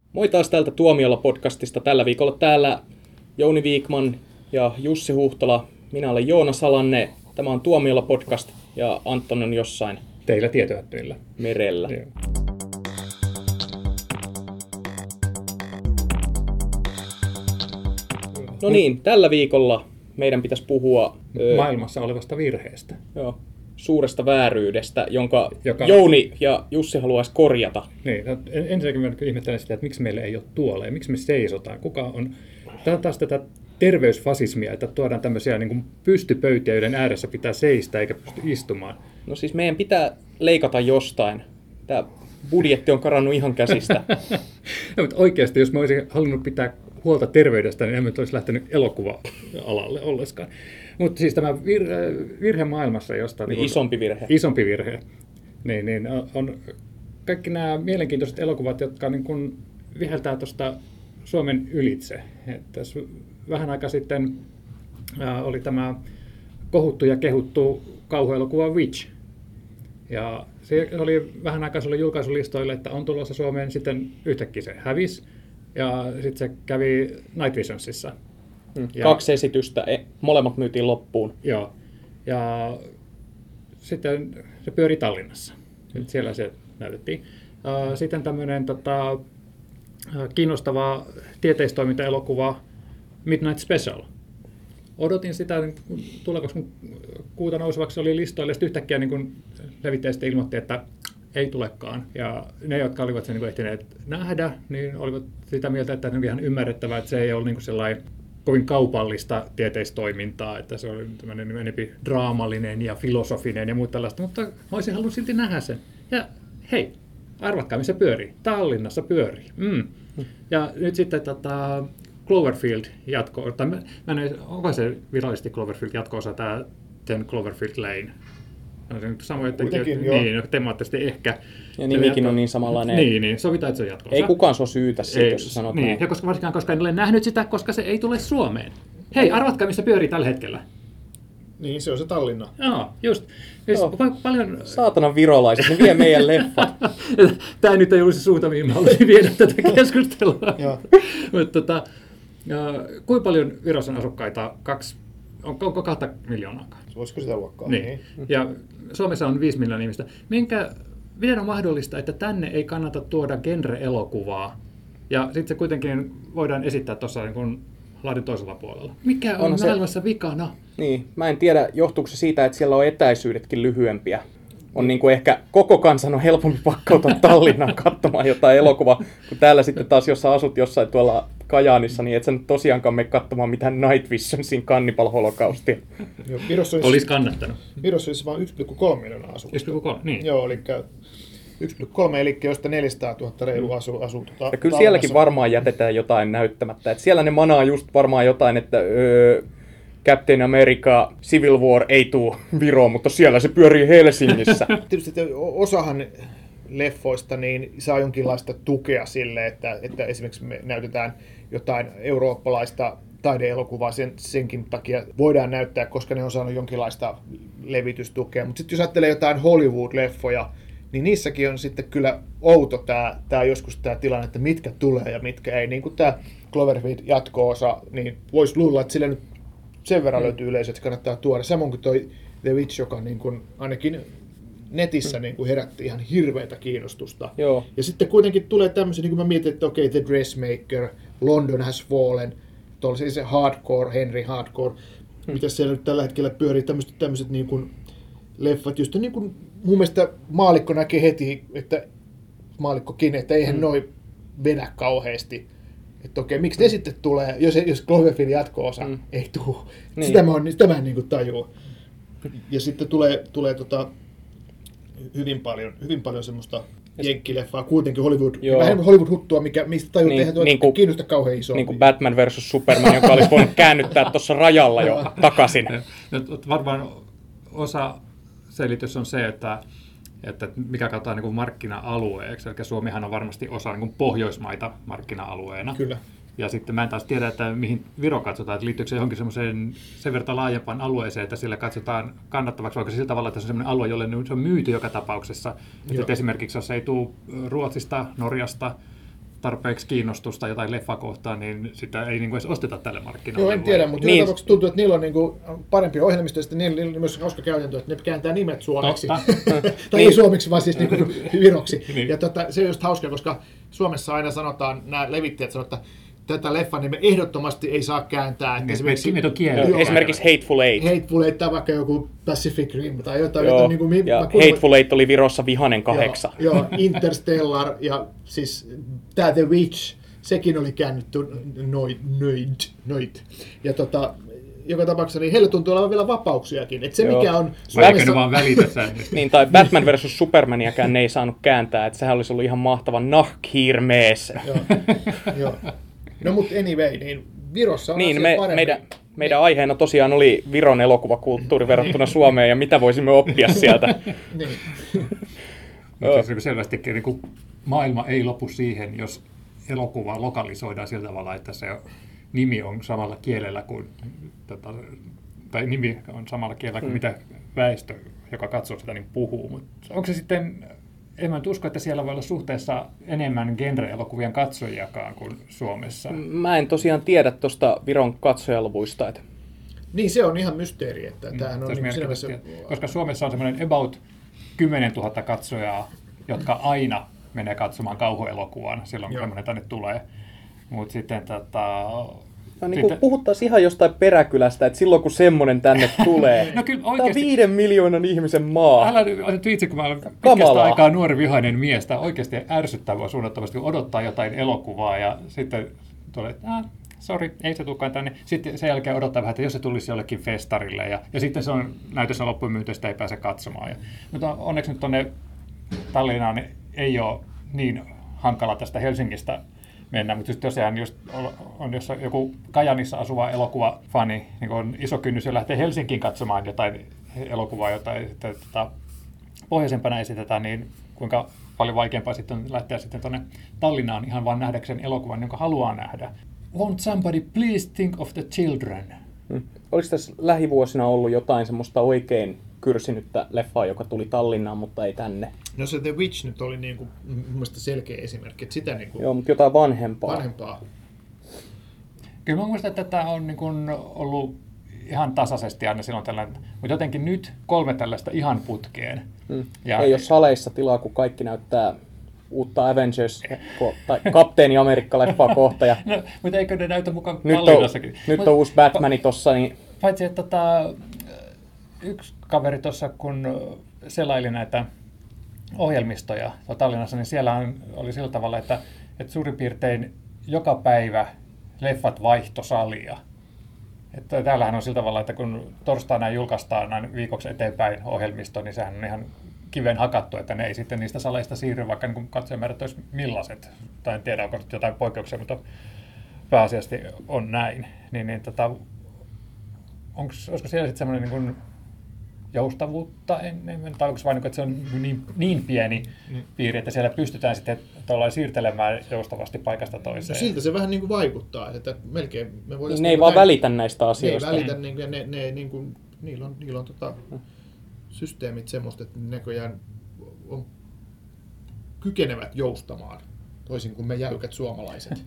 Moi taas täältä Tuomiolla-podcastista. Tällä viikolla täällä Jouni Viikman ja Jussi Huhtola. Minä olen Joona Salanne. Tämä on Tuomiolla-podcast ja Anton on jossain teillä tietoyhtiöillä merellä. Joo. No niin, tällä viikolla meidän pitäisi puhua maailmassa olevasta virheestä. Suuresta vääryydestä, joka Jouni ja Jussi haluaisi korjata. Niin, ensinnäkin mä ihmettelen sitä, että miksi meillä ei ole tuoleja, miksi me seisotaan. Tämä on taas tätä terveysfasismia, että tuodaan tämmöisiä niin kuin pystypöytiä, joiden ääressä pitää seistä eikä pysty istumaan. No siis meidän pitää leikata jostain. Tämä budjetti on karannut ihan käsistä. No, mutta oikeasti, jos mä olisin halunnut pitää huolta terveydestä, niin emme olisi lähtenyt elokuva-alalle ollenkaan. Mutta siis tämä virhe maailmassa, josta... Niin isompi virhe. Isompi virhe. Niin on kaikki nämä mielenkiintoiset elokuvat, jotka niin kuin viheltää tuosta Suomen ylitse. Että vähän aikaa sitten oli tämä kohuttu ja kehuttu kauhuelokuva Witch. Ja se oli vähän aikaa julkaisulistoille, että on tulossa Suomeen, sitten yhtäkkiä se hävisi. Ja sitten se kävi Night Visionsissa. Kaksi esitystä, molemmat myytiin loppuun. Joo. Ja sitten se pyöri Tallinnassa. Siellä se näytettiin. Sitten tämmöinen kiinnostava tieteistoiminta-elokuva Midnight Special. Odotin sitä, tuleeko kun kuuta nousevaksi oli listoille, sitten yhtäkkiä niin levittäjistä ilmoitti, että ei tulekaan. Ja ne, jotka olivat sen ehtineet nähdä, niin olivat sitä mieltä, että on ihan ymmärrettävää, että se ei ole niin sellainen kovin kaupallista tieteistoimintaa, että se oli tämmöinen enemmän draamallinen ja filosofinen ja muuta tällaista, mutta mä olisin halunnut silti nähdä sen. Ja hei, arvatkaa, missä pyörii. Tallinnassa pyörii. Ja nyt sitten Cloverfield jatko, tai onko se virallisesti Cloverfield jatko-osa, tämä 10 Cloverfield Lane? Samoin, että niin, temaattisesti ehkä. Ja nimikin on niin samanlainen. Niin, sovitaan, että se on jatko-osa. Ei kukaan sua syytä siitä, jos sä sanot niin. näin. Ja koska en ole nähnyt sitä, koska se ei tule Suomeen. Hei, arvatkaa, missä pyörii tällä hetkellä. Niin, se on se Tallinna. Joo, just. Paljon... Saatanan virolaiset, ne vie meidän leffat. Tämä nyt ei olisi se suunta, mihin mä haluaisin viedä tätä keskustelua. Mutta kuinka paljon Virossa on asukkaita? Onko 2 miljoonaa? Voisiko sitä luokkaa? Niin. Ja Suomessa on 5 miljoonaa ihmistä. Miten on mahdollista, että tänne ei kannata tuoda genre-elokuvaa? Ja sitten se kuitenkin voidaan esittää tuossa niin laadin toisella puolella. Mikä on maailmassa vikana? Niin, mä en tiedä, johtuuko se siitä, että siellä on etäisyydetkin lyhyempiä. On niin kuin ehkä koko kansan on helpompi pakkautua Tallinnaan katsomaan jotain elokuvaa, kun täällä sitten taas, jos sä asut jossain tuolla Kajaanissa, niin et sä nyt tosiaankaan mene katsomaan mitään Night Visionsin Cannibal-holocaustia. Olisi kannattanut. Virossa olisi vain 1,3 miljoonaa asukasta. 1,3, niin. Joo, eli 1,3, eli josta 400 000 reilu asuu. Ja kyllä sielläkin varmaan jätetään jotain näyttämättä. Et siellä ne manaa just varmaan jotain, että Captain America Civil War ei tule Viroon, mutta siellä se pyörii Helsingissä. Tietysti osahan leffoista niin saa jonkinlaista tukea sille, että esimerkiksi me näytetään jotain eurooppalaista taideelokuvaa senkin takia voidaan näyttää, koska ne on saanut jonkinlaista levitystukea. Mutta sitten jos ajattelee jotain Hollywood-leffoja, niin niissäkin on sitten kyllä outo tämä joskus tämä tilanne, että mitkä tulee ja mitkä ei. Niin kuin tämä Cloverfield jatko-osa, niin voisi luulla, että sillä nyt sen verran löytyy yleisö, että kannattaa tuoda. Samoin kuin toi The Witch, joka niin kuin ainakin netissä niin kuin herätti ihan hirveätä kiinnostusta. Joo. Ja sitten kuitenkin tulee tämmöisiä, niin kuin mä mietin, että okei, The Dressmaker, London Has Fallen, tuolla se Hardcore, Henry Hardcore, mitä siellä nyt tällä hetkellä pyörii, tämmöiset niin kuin leffat, josta niin kuin mun mielestä maallikko näkee heti, että maallikkokin, että eihän noi vedä kauheasti. Että okei, miksi ne sitten tulee, jos Cloverfield jatko-osa ei tule. Niin. Sitä mä en niin kuin tajua. Ja sitten tulee hyvin paljon semmoista jenkkileffaa, kuitenkin vähän Hollywood-huttua, mistä tajut, eihän tuo kiinnosta kauhean isoa. Niin kuin Batman vs. Superman, joka olisi voinut käännyttää tuossa rajalla jo takaisin. Varmaan osa selitys on se, että mikä katsotaan niin kuin markkina-alueeksi. Eli Suomihan on varmasti osa niin kuin Pohjoismaita markkina-alueena. Kyllä. Ja sitten mä en taas tiedä, että mihin Viro katsotaan, että liittyykö se johonkin semmoiseen sen verran laajempaan alueeseen, että sillä katsotaan kannattavaksi, vaikka sillä tavalla, että se on semmoinen alue, jolle se on myyty joka tapauksessa. Että esimerkiksi jos ei tule Ruotsista, Norjasta tarpeeksi kiinnostusta jotain leffaa kohtaan, niin sitä ei niin kuin edes osteta tälle markkinalle. Joo, en tiedä, mutta niin. joka tapauksessa tuntuu, että niillä on niin kuin parempia ohjelmistoja, ja niillä on myös hauska käytäntö, että ne kääntää nimet suomeksi. Tai ei suomeksi, vaan siis niin kuin viroksi. Niin. Ja se on just hauska, koska Suomessa aina sanotaan, nämä levittäjät sanoo, että tätä leffaa niin me ehdottomasti ei saa kääntää. Että esimerkiksi esimerkiksi Hateful Eight. Hateful Eight tai vaikka joku Pacific Rim tai jotain. Joo, niin kuin, ja Hateful Eight oli Virossa Vihanen 8. Joo, Interstellar ja siis tämä The Witch, sekin oli käännetty noit. Ja joka tapauksessa niin heillä tuntuu olevan vielä vapauksiakin. Että se mikä on Suomessa vaan välitä säännöstä. Niin, tai Batman vs. Supermaniakään ne ei saanut kääntää, että sehän olisi ollut ihan mahtava nahkhirmees. Joo. No mutta anyway, niin Virossa on niin, paremmin. meidän aiheena tosiaan oli Viron elokuvakulttuuri verrattuna Suomeen ja mitä voisimme oppia sieltä. Niin. Mutta siis selvästikin niin maailma ei lopu siihen, jos elokuva lokalisoidaan sillä tavalla, että se nimi on samalla kielellä kuin, tai nimi on samalla kielellä kuin mitä väestö, joka katsoo sitä, niin puhuu. Mutta onko se sitten, en mä usko, että siellä voi olla suhteessa enemmän genre-elokuvien katsojiakaan kuin Suomessa. Mä en tosiaan tiedä tuosta Viron katsojaluvuista. Että... Niin, se on ihan mysteeri, että tämähän on niin mielessä, koska Suomessa on semmoinen about 10 000 katsojaa, jotka aina menee katsomaan kauhuelokuvan silloin, kun semmoinen tänne tulee. Mutta sitten no niin kuin puhuttaisiin ihan jostain peräkylästä, että silloin kun semmoinen tänne tulee. No kyllä oikeasti. Tämä on 5 miljoonan ihmisen maa. Älä nyt viitsi, kun mä olen pitkästä aikaa nuori vihainen mies. Tämä oikeasti ärsyttävää suunnattomasti, kun odottaa jotain elokuvaa ja sitten tulee, että sori, ei se tulekaan tänne. Sitten sen jälkeen odottaa vähän, että jos se tulisi jollekin festarille ja sitten se on näytössä loppumyynti, sitä ei pääse katsomaan. Mutta onneksi nyt tuonne Tallinnaan niin ei ole niin hankala tästä Helsingistä mennä, mutta tosiaan just on jos joku Kajanissa asuva elokuvafani, niin on iso kynnys jo lähtee Helsinkiin katsomaan jotain elokuvaa, jota sitten pohjoisempana esitetään, niin kuinka paljon vaikeampaa sitten lähteä sitten tuonne Tallinnaan ihan vaan nähdäkseen elokuvan, jonka haluaa nähdä. Won't somebody please think of the children? Oliko tässä lähivuosina ollut jotain semmoista oikein kyrsinyttä leffaa, joka tuli Tallinnaan, mutta ei tänne? No se The Witch nyt oli niin kuin, mun mielestä selkeä esimerkki, että sitä niin kuin... Joo, mutta jotain vanhempaa. Kyllä mä muistan, että tämä on niin kuin ollut ihan tasaisesti aina silloin tällainen, mutta jotenkin nyt 3 tällaista ihan putkeen. Ja ei ole saleissa tilaa, kun kaikki näyttää uutta Avengers tai Kapteeni Amerikka-leffaa kohta. Ja no, mutta eikö ne näytä mukaan Tallinnassakin? Nyt on uusi Batmani tossa. Niin... Paitsi, että yksi kaveri tuossa, kun selaili näitä ohjelmistoja Tallinnassa, niin siellä oli sillä tavalla, että suurin piirtein joka päivä leffat vaihto salia. Että täällähän on sillä tavalla, että kun torstaina julkaistaan näin viikoksi eteenpäin ohjelmisto, niin sehän on ihan kiven hakattu, että ne ei sitten niistä saleista siirry, vaikka niin katsojamäärät olisi millaiset. Tai en tiedä, onko nyt jotain poikkeuksia, mutta pääasiassa on näin. Olisiko siellä sitten semmoinen niin joustavuutta enemmän, tai onko vain, että se on niin pieni piiri, että siellä pystytään sitten siirtelemään joustavasti paikasta toiseen? No siltä se vähän niin kuin vaikuttaa, että melkein me voitaisiin... Ne ei vaan välitä näistä asioista. Ne ei välitä, niillä on systeemit semmoista, että ne näköjään kykenevät joustamaan, toisin kuin me jäykät suomalaiset.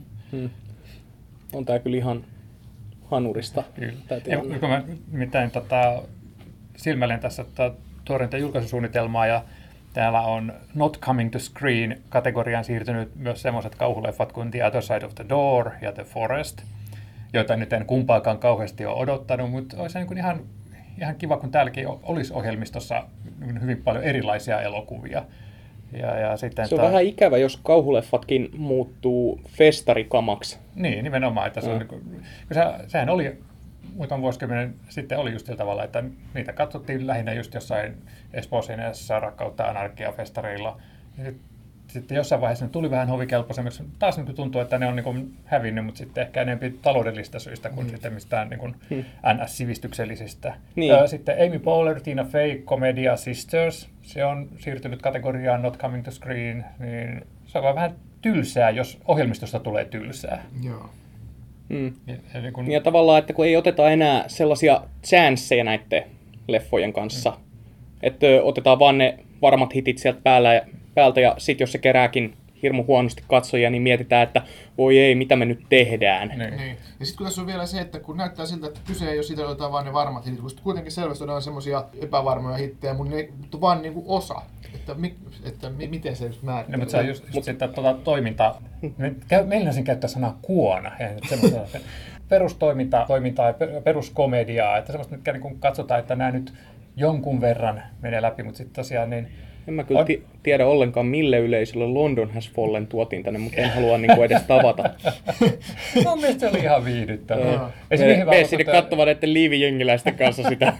On tämä kyllä ihan hanurista. Kun mä nimittäin silmäilen tässä tuoreinta julkaisusuunnitelmaa ja täällä on Not Coming to Screen -kategoriaan siirtynyt myös semmoiset kauhuleffat kuin The Other Side of the Door ja The Forest, joita nyt en kumpaakaan kauheasti ole odottanut, mutta olisi niin ihan kiva, kun täälläkin olisi ohjelmistossa hyvin paljon erilaisia elokuvia. Ja sitten se on vähän ikävä, jos kauhuleffatkin muuttuu festarikamaksi. Niin, nimenomaan. Että sehän oli muutaman vuosikymmenen sitten oli just sillä tavalla, että niitä katsottiin lähinnä just jossain Espoosineessa Rakkautta anarkia-festareilla. Sitten jossain vaiheessa ne tuli vähän hovikelpoisemmiksi. Taas niin tuntuu, että ne on niin hävinnyt, mutta sitten ehkä enemmän taloudellista syistä kuin sitten mistään niin NS-sivistyksellisistä. Niin. Sitten Amy Poehler, Tina Fey, Commedia Sisters. Se on siirtynyt kategoriaan Not Coming to Screen. Niin se on vähän tylsää, jos ohjelmistosta tulee tylsää. Joo. Ja tavallaan, että kun ei oteta enää sellaisia chanceja näiden leffojen kanssa, että otetaan vaan ne varmat hitit sieltä päältä ja sitten jos se kerääkin hirmu huonosti katsojia, niin mietitään, että voi ei, mitä me nyt tehdään. Niin. Ja sitten kun tässä on vielä se, että kun näyttää siltä, että kyse ei ole siitä, että otetaan vaan ne varmat hitit, kun kuitenkin selvästi on semmoisia epävarmoja hittejä, mutta vaan niin kuin osa. Että miten se just määrittelee. No, mutta se on just sitten toiminta. Meillä sen käyttää sanaa kuona. Perustoimintaa ja peruskomediaa, että semmoista, mitkä niin katsotaan, että nämä nyt jonkun verran menee läpi, mutta sitten tosiaan niin... En mä kyllä tiedä ollenkaan, mille yleisölle London Has Fallen tuotiin tänne, mutta en halua niin edes tavata. Mun mielestä se oli ihan viihdyttävää. Mene sinne katsomaan näiden liivijengiläisten kanssa sitä.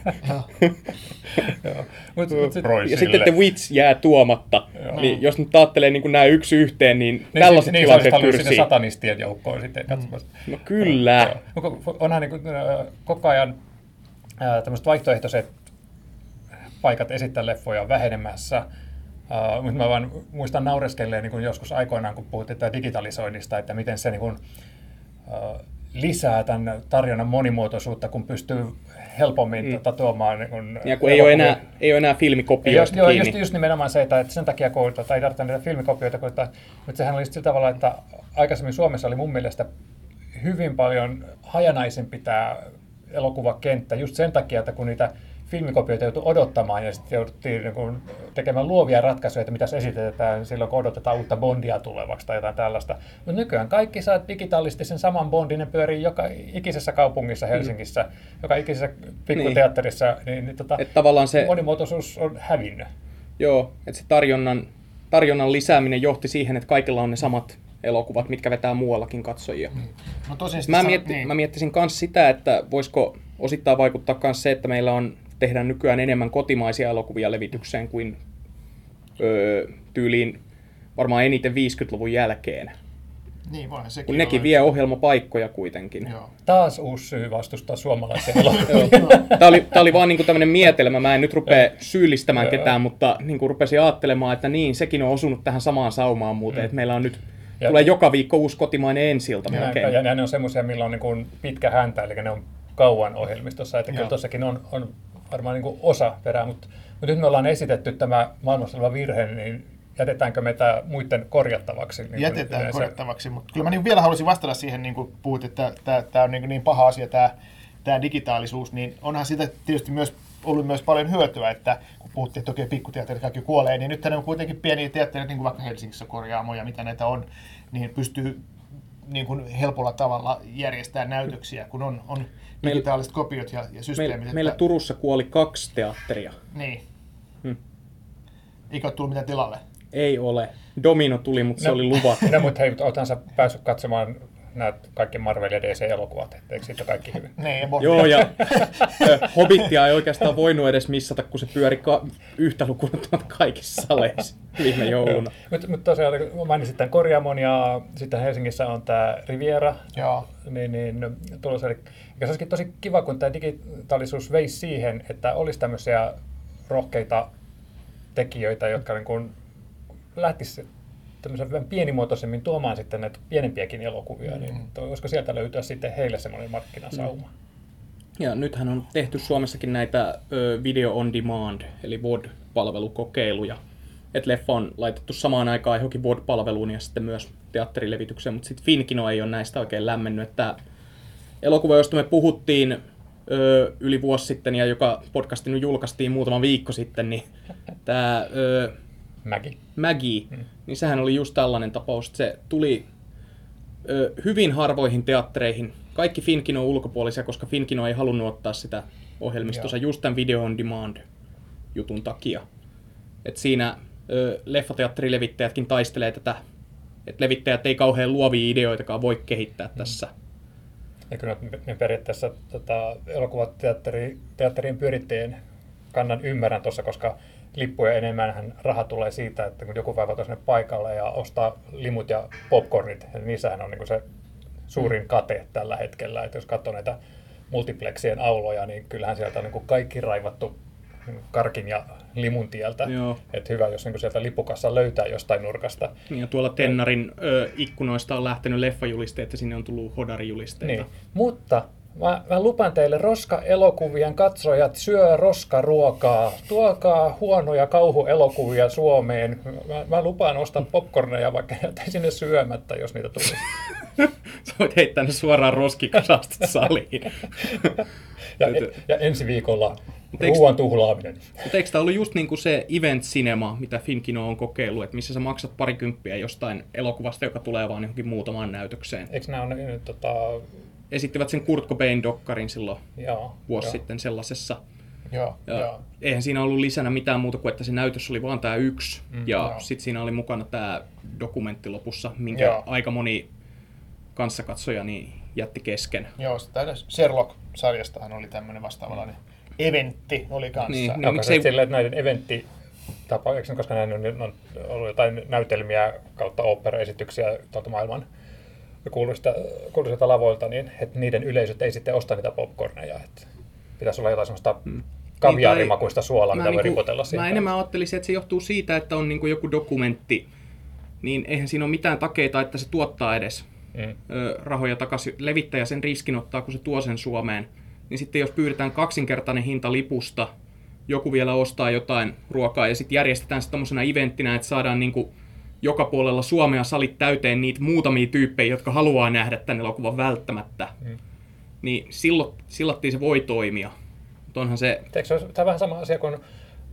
Ja sitten The Witch jää tuomatta. Niin jos nyt ajattelee niin nämä yksi yhteen, niin tällaiset tilanteet kyrsii. Niin, satanistien joukkoon sitten katsomassa. No kyllä. Onhan niin koko ajan tämmöiset vaihtoehtoiset paikat esittää leffoja vähenemässä. Mutta mä vaan muistan naureskelleen niin joskus aikoinaan, kun puhuttiin digitalisoinnista, että miten se niin lisää tämän tarjonnan monimuotoisuutta, kun pystyy helpommin tuomaan... Ja kun ei ole enää filmikopioista kiinni. Just nimenomaan se, että sen takia kun ei tarvitse niitä filmikopioita, mutta sehän oli sillä tavalla, että aikaisemmin Suomessa oli mun mielestä hyvin paljon hajanaisempi tämä elokuvakenttä, just sen takia, että kun niitä filmikopioita joutui odottamaan ja sitten jouduttiin tekemään luovia ratkaisuja, että mitä esitetään silloin, kun odotetaan uutta Bondia tulevaksi tai jotain tällaista. Mutta nykyään kaikki saa digitaalisesti sen saman Bondin, ne pyörii joka ikisessä kaupungissa Helsingissä, joka ikisessä pikkuteatterissa, niin tavallaan se monimuotoisuus on hävinnyt. Joo, että se tarjonnan lisääminen johti siihen, että kaikilla on ne samat elokuvat, mitkä vetää muuallakin katsojia. No tosin mä miettisin myös sitä, että voisiko osittain vaikuttaa myös se, että meillä tehdään nykyään enemmän kotimaisia elokuvia levitykseen kuin tyyliin varmaan eniten 50-luvun jälkeen. Niin, voihan sekin. Kun nekin vie ohjelmapaikkoja kuitenkin. Joo. Taas uusi syy vastustaa suomalaisia elokuvia. Tämä oli vaan niinku tämmöinen mietelmä. Mä en nyt rupea syyllistämään ketään, mutta niinku rupesin ajattelemaan, että niin, sekin on osunut tähän samaan saumaan muuten, että meillä on nyt tulee joka viikko uusi kotimainen ensi-ilta melkein. Ja ne on semmoisia, millä on niin pitkä häntä, eli ne on kauan ohjelmistossa. Että kyllä tuossakin on varmaan niin osa perää, mutta nyt me ollaan esitetty tämä maailmassa oleva virhe, niin jätetäänkö me tämä muiden korjattavaksi? Niin jätetään korjattavaksi, mutta kyllä mä niin vielä haluaisin vastata siihen, niin kuin puhut, että tämä on niin paha asia, tämä digitaalisuus, niin onhan siitä tietysti ollut myös paljon hyötyä, että kun puhuttiin, että okei, pikkuteatterit kaikki kuolee, niin nyt on kuitenkin pieniä teattereita, niin kuin vaikka Helsingissä Korjaamoja, mitä näitä on, niin pystyy niin kuin helpolla tavalla järjestämään näytöksiä, kun on digitaaliset kopiot ja systeemit. Meillä Turussa kuoli 2 teatteria. Niin. Eikä ole tullut mitään tilalle? Ei ole. Domino tuli, mutta se oli luvattu. No, mutta hei, olethan sä päässyt katsomaan nämä kaikki Marvel- ja DC-elokuvat, eikö siitä kaikki hyvin? Joo, ja Hobbitia ei oikeastaan voinut edes missata, kun se pyöri yhtä lukuun kaikissa saleissa viime jouluna. Mutta tosiaan mainitsit tämän Korjaamon ja sitten Helsingissä on tämä Riviera. Joo. Mm. Tulossa, eli se olisikin tosi kiva, kun tämä digitaalisuus veisi siihen, että olisi tämmöisiä rohkeita tekijöitä, jotka niin kuin lähtisivät tämmöisen pienimuotoisemmin tuomaan sitten näitä pienempiäkin elokuvia, niin voisiko sieltä löytyä sitten heille semmoinen markkinasauma? Ja nythän on tehty Suomessakin näitä video on demand, eli VOD-palvelukokeiluja. Että leffa on laitettu samaan aikaan johonkin VOD-palveluun ja sitten myös teatterilevitykseen, mutta sitten Finkino ei ole näistä oikein lämmennyt. Että elokuva, josta me puhuttiin yli vuosi sitten ja joka podcasti nyt julkaistiin muutama viikko sitten, niin tämä Maggie, niin sehän oli just tällainen tapaus, että se tuli hyvin harvoihin teattereihin, kaikki Finkino ulkopuolisia, koska Finkino ei halunnut ottaa sitä ohjelmistonsa just tämän video on demand jutun takia. Et siinä leffateatterilevittäjätkin taistelee tätä, että levittäjät ei kauhean luovia ideoitakaan voi kehittää tässä. Ja kyllä me periaatteessa elokuvateatterien pyörittäjien kannan ymmärrän tuossa, koska lippuja enemmänhän raha tulee siitä, että kun joku vaivautuu sinne paikalle ja ostaa limut ja popcornit, niin niissähän on niin kuin se suurin kate tällä hetkellä. Että jos katsoo näitä multiplexien auloja, niin kyllähän sieltä on niin kuin kaikki raivattu karkin ja limun tieltä. Että hyvä, jos niin sieltä lippukassa löytää jostain nurkasta. Ja tuolla Tennarin ikkunoista on lähtenyt leffajulisteet ja sinne on tullut hodarijulisteita. Niin. Mutta Mä lupaan teille, roska-elokuvien katsojat syö roskaruokaa. Tuokaa huonoja kauhuelokuvia Suomeen. Mä lupaan ostaa popcorneja, vaikka jättäisin sinne syömättä, jos niitä tulisi. Sä voit heittää ne suoraan roskikasasta saliin. Ja ensi viikolla ruoan tuhlaaminen. Mutta eikö tämä ollut just niin kuin se event cinema, mitä Finkino on kokeillut, että missä sä maksat parikymppiä jostain elokuvasta, joka tulee vaan johonkin muutamaan näytökseen? Eikö nämä ole Esittivät sen Kurt Cobain-dokkarin silloin vuosi sitten sellaisessa. Joo. Eihän siinä ollut lisänä mitään muuta kuin, että se näytös oli vaan tämä yksi. Ja sitten siinä oli mukana tämä dokumentti lopussa, minkä aika moni kanssakatsoja niin jätti kesken. Joo, Sherlock-sarjastahan oli tämmöinen vastaavanlainen eventti oli kanssa. Niin, miksei silleen, että näiden eventtitapauksia, koska näin on ollut jotain näytelmiä kautta opera-esityksiä tuolta maailman kuuluisilta lavoilta, niin että niiden yleisöt ei sitten osta niitä popcorneja. Että pitäisi olla jotain semmoista kaviaarimakuista suolaa, mitä voi ripotella siihen. Mä enemmän ajattelisin, että se johtuu siitä, että on niin kuin joku dokumentti, niin eihän siinä ole mitään takeita, että se tuottaa edes rahoja takaisin. Levittäjä sen riskin ottaa, kun se tuo sen Suomeen. Niin sitten jos pyydetään kaksinkertainen hinta lipusta, joku vielä ostaa jotain ruokaa ja sitten järjestetään se tommosena eventtinä, että saadaan niinku joka puolella Suomea salit täyteen niitä muutamia tyyppejä, jotka haluaa nähdä tämän elokuvan välttämättä. Niin sillattiin se voi toimia. Mutta onhan se... Tämä on vähän sama asia kuin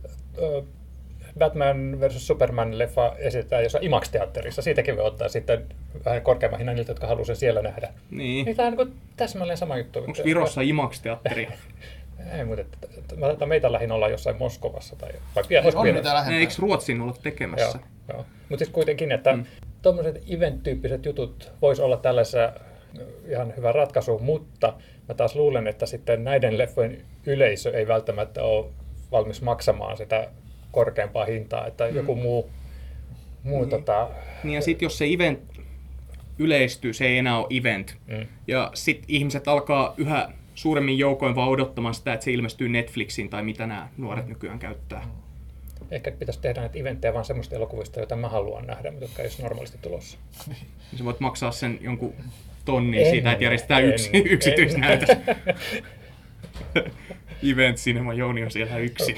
Batman vs. Superman-leffa esitetään jossain IMAX-teatterissa. Siitäkin voi ottaa sitten vähän korkeamman hinnan niiltä, jotka haluaa sen siellä nähdä. Niin. Tämä on niin täsmälleen sama juttu. Onko Virossa IMAX-teatteri? Ei, mutta meitä lähinnä ollaan jossain Moskovassa. Eikö Ruotsin olla tekemässä? Joo. Mutta siis kuitenkin, että tuommoiset event-tyyppiset jutut vois olla tällaisessa ihan hyvä ratkaisu, mutta mä taas luulen, että sitten näiden leffojen yleisö ei välttämättä ole valmis maksamaan sitä korkeampaa hintaa, että joku muu Niin ja sitten jos se event yleistyy, se ei enää ole event. Ja sitten ihmiset alkaa yhä suuremmin joukoin vaan odottamaan sitä, että se ilmestyy Netflixiin tai mitä nämä nuoret nykyään käyttää. Ehkä pitäisi tehdä näitä eventtejä vaan semmoista elokuvista, joita mä haluan nähdä, mutta jotka ei olisi normaalisti tulossa. Sä voit maksaa sen jonkun tonnin siitä, että järjestetään yksityisnäytös. Event Cinema, Jouni on siellä yksin.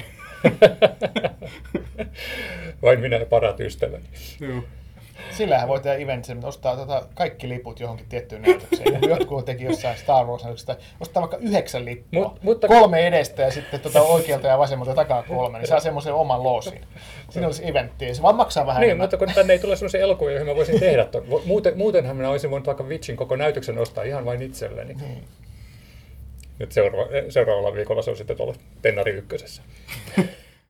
Vain minä ja parat ystäväni. Joo. Sillähän voi tehdä eventsen, ostaa kaikki liput johonkin tiettyyn näytökseen. Jotkut teki jossain Star Wars-näytöksessä, ostaa vaikka 9 lippua, 3 edestä ja sitten oikealta ja vasemmalta takaa 3, niin saa semmoisen oman loosin. Siinä olisi eventtiä, se vaan maksaa vähän niin, enemmän. mutta kun tänne ei tule semmoisia elokuvia, joihin mä voisin tehdä. Muutenhan minä olisin voinut vaikka Witchin koko näytöksen ostaa ihan vain itselleni. Nyt seuraavalla viikolla se on sitten tuolla Pennari ykkösessä.